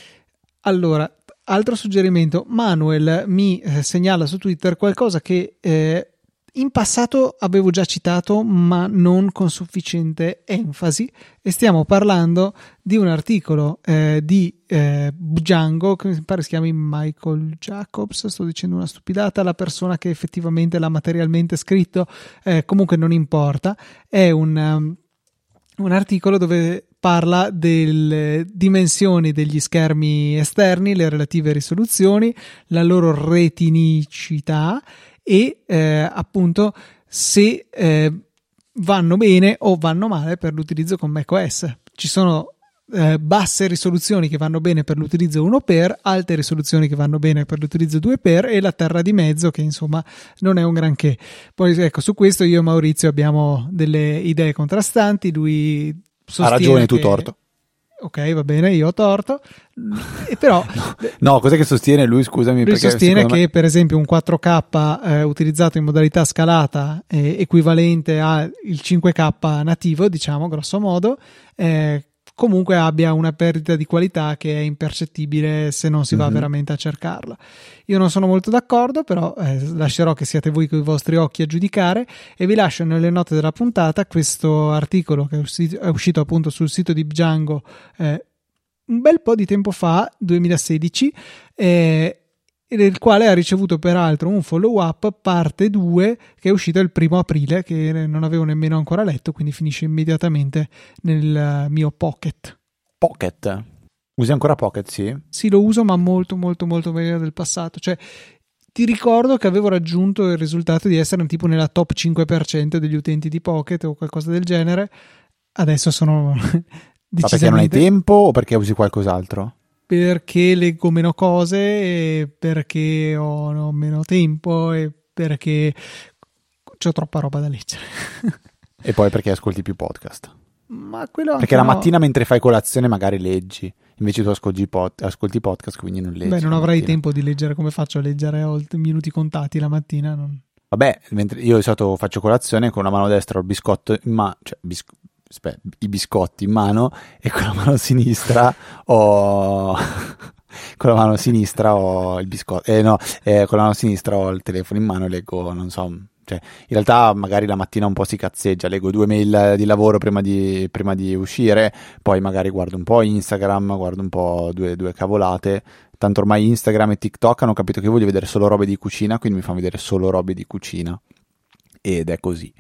Allora, altro suggerimento, Manuel mi eh, segnala su Twitter qualcosa che eh, in passato avevo già citato, ma non con sufficiente enfasi, e stiamo parlando di un articolo eh, di eh, Django, che mi pare si chiami Michael Jacobs, sto dicendo una stupidata, la persona che effettivamente l'ha materialmente scritto, eh, comunque non importa, è un, um, un articolo dove parla delle dimensioni degli schermi esterni, le relative risoluzioni, la loro retinicità e eh, appunto se eh, vanno bene o vanno male per l'utilizzo con macOS. Ci sono eh, basse risoluzioni che vanno bene per l'utilizzo uno per, alte risoluzioni che vanno bene per l'utilizzo due per e la terra di mezzo che insomma non è un granché. Poi ecco, su questo io e Maurizio abbiamo delle idee contrastanti, lui sostiene Ha ragione, tu che... torto. Ok, va bene, io ho torto. E però No, cos'è che sostiene lui, scusami? lui perché sostiene secondo che me... per esempio un quattro K eh, utilizzato in modalità scalata è equivalente al cinque K nativo, diciamo grosso modo, eh, comunque abbia una perdita di qualità che è impercettibile se non si va Mhm. veramente a cercarla. Io non sono molto d'accordo, però eh, lascerò che siate voi con i vostri occhi a giudicare e vi lascio nelle note della puntata questo articolo che è uscito, è uscito appunto sul sito di Django eh, un bel po' di tempo fa, duemilasedici, eh, nel quale ha ricevuto peraltro un follow up parte due che è uscito il primo aprile, che non avevo nemmeno ancora letto, quindi finisce immediatamente nel mio Pocket. Pocket. Usi ancora Pocket, sì? Sì, lo uso, ma molto molto molto meglio del passato. Cioè, ti ricordo che avevo raggiunto il risultato di essere tipo nella top cinque per cento degli utenti di Pocket o qualcosa del genere. Adesso sono Ma perché non hai decisamente... tempo o perché usi qualcos'altro? perché leggo meno cose e perché ho no, meno tempo e perché c'ho troppa roba da leggere. E poi perché ascolti più podcast? Ma quello Perché anche la no. mattina mentre fai colazione magari leggi, invece tu ascolti, pod- ascolti podcast, quindi non leggi. Beh, non la avrai mattina. tempo di leggere, come faccio a leggere? Ho i minuti contati la mattina. Non... Vabbè, mentre io di solito faccio colazione con la mano destra ho il biscotto in mano, cioè bis- aspetta, i biscotti in mano e con la mano sinistra ho con la mano sinistra ho il biscotto, eh no, eh, con la mano sinistra ho il telefono in mano e leggo, non so, cioè, in realtà magari la mattina un po' si cazzeggia, leggo due mail di lavoro prima di, prima di uscire, poi magari guardo un po' Instagram, guardo un po' due, due cavolate, tanto ormai Instagram e TikTok hanno capito che io voglio vedere solo robe di cucina, quindi mi fanno vedere solo robe di cucina, ed è così.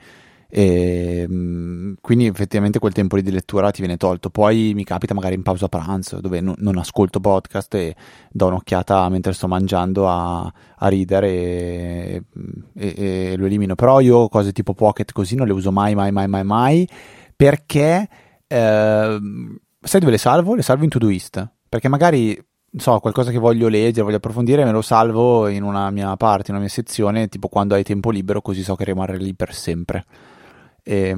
E quindi effettivamente quel tempo di lettura ti viene tolto. Poi mi capita magari in pausa pranzo dove no, non ascolto podcast e do un'occhiata mentre sto mangiando a, a ridere e, e, e lo elimino. Però io cose tipo Pocket così non le uso mai mai mai mai mai perché eh, sai dove le salvo? Le salvo in Todoist, perché magari non so, qualcosa che voglio leggere, voglio approfondire, me lo salvo in una mia parte, in una mia sezione, tipo quando hai tempo libero, così so che rimarrà lì per sempre. E,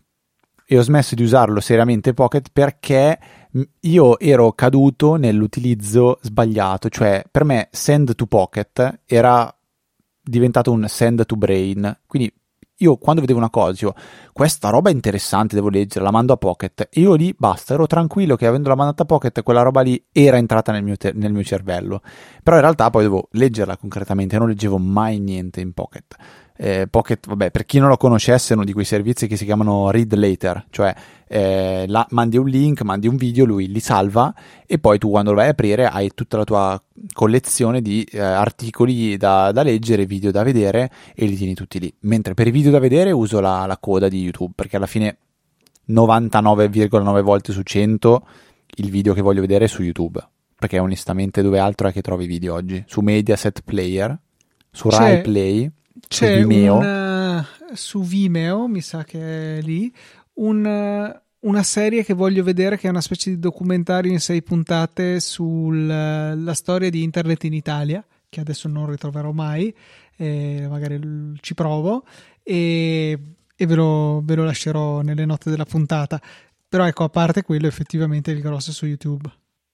e ho smesso di usarlo seriamente Pocket perché io ero caduto nell'utilizzo sbagliato, cioè per me Send to Pocket era diventato un Send to Brain, quindi io quando vedevo una cosa dicevo questa roba è interessante, devo leggere, la mando a Pocket, e io lì basta, ero tranquillo che avendola mandata a Pocket quella roba lì era entrata nel mio, te- nel mio cervello, però in realtà poi dovevo leggerla concretamente, non leggevo mai niente in Pocket. Eh, Pocket, vabbè, per chi non lo conoscesse, è uno di quei servizi che si chiamano Read Later, cioè eh, la, mandi un link, mandi un video, lui li salva e poi tu quando lo vai a aprire hai tutta la tua collezione di eh, articoli da, da leggere, video da vedere e li tieni tutti lì. Mentre per i video da vedere uso la, la coda di YouTube, perché alla fine novantanove virgola nove volte su cento il video che voglio vedere è su YouTube, perché onestamente dove altro è che trovi video oggi? Su Mediaset Player, su C'è... Rai Play, C'è su Vimeo. Una, su Vimeo, mi sa che è lì, un, una serie che voglio vedere che è una specie di documentario in sei puntate sulla la storia di Internet in Italia, che adesso non ritroverò mai, eh, magari ci provo e, e ve, lo, ve lo lascerò nelle note della puntata. Però ecco, a parte quello, effettivamente il grosso è su YouTube.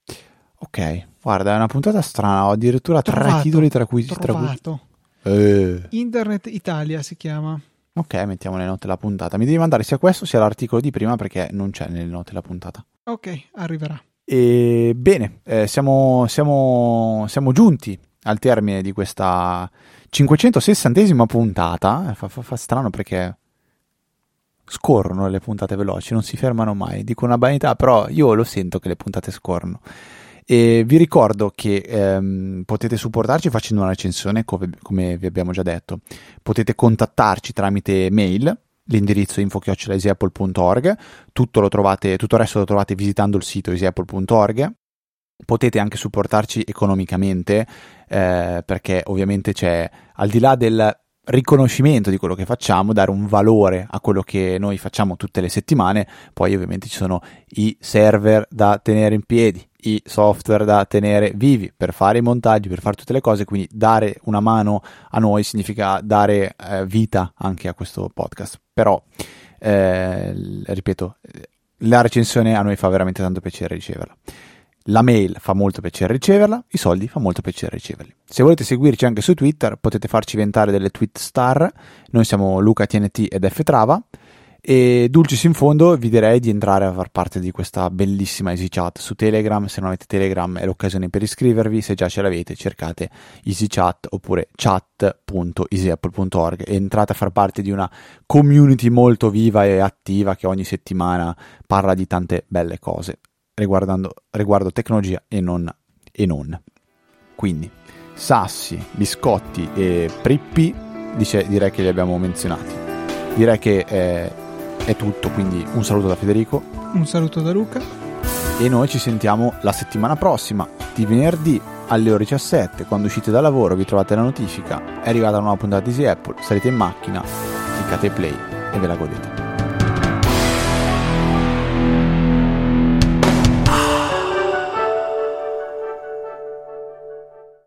Ok, guarda, è una puntata strana, ho addirittura trovato, tre titoli tra cui... Trovato. Tra cui... Eh. Internet Italia si chiama. Ok, mettiamo nelle note la puntata. Mi devi mandare sia questo sia l'articolo di prima perché non c'è nelle note la puntata. Ok, arriverà. E bene, eh, siamo, siamo, siamo giunti al termine di questa cinquecentosessantesima puntata. Fa, fa, fa strano perché scorrono le puntate veloci, non si fermano mai. Dico una banalità, però io lo sento che le puntate scorrono. E vi ricordo che ehm, potete supportarci facendo una recensione, come, come vi abbiamo già detto. Potete contattarci tramite mail, l'indirizzo info chiocciola easyapple punto org, tutto lo trovate, tutto il resto lo trovate visitando il sito easyapple punto org. Potete anche supportarci economicamente, eh, perché ovviamente c'è, al di là del riconoscimento di quello che facciamo, dare un valore a quello che noi facciamo tutte le settimane, poi ovviamente ci sono i server da tenere in piedi, i software da tenere vivi per fare i montaggi, per fare tutte le cose, quindi dare una mano a noi significa dare eh, vita anche a questo podcast. Però eh, ripeto, la recensione a noi fa veramente tanto piacere riceverla. La mail fa molto piacere riceverla, i soldi fa molto piacere riceverli. Se volete seguirci anche su Twitter potete farci ventare delle tweet star, noi siamo Luca T N T ed F Trava, e dulcis in fondo vi direi di entrare a far parte di questa bellissima EasyChat su Telegram. Se non avete Telegram è l'occasione per iscrivervi, se già ce l'avete cercate EasyChat oppure chat punto easyapple punto org e entrate a far parte di una community molto viva e attiva che ogni settimana parla di tante belle cose riguardando riguardo tecnologia e non, e non. Quindi sassi, biscotti e prippi dice, direi che li abbiamo menzionati. Direi che è, è tutto, quindi un saluto da Federico, un saluto da Luca e noi ci sentiamo la settimana prossima di venerdì alle ore diciassette. Quando uscite da lavoro vi trovate la notifica, è arrivata una nuova puntata di Easy Apple, salite in macchina, cliccate play e ve la godete.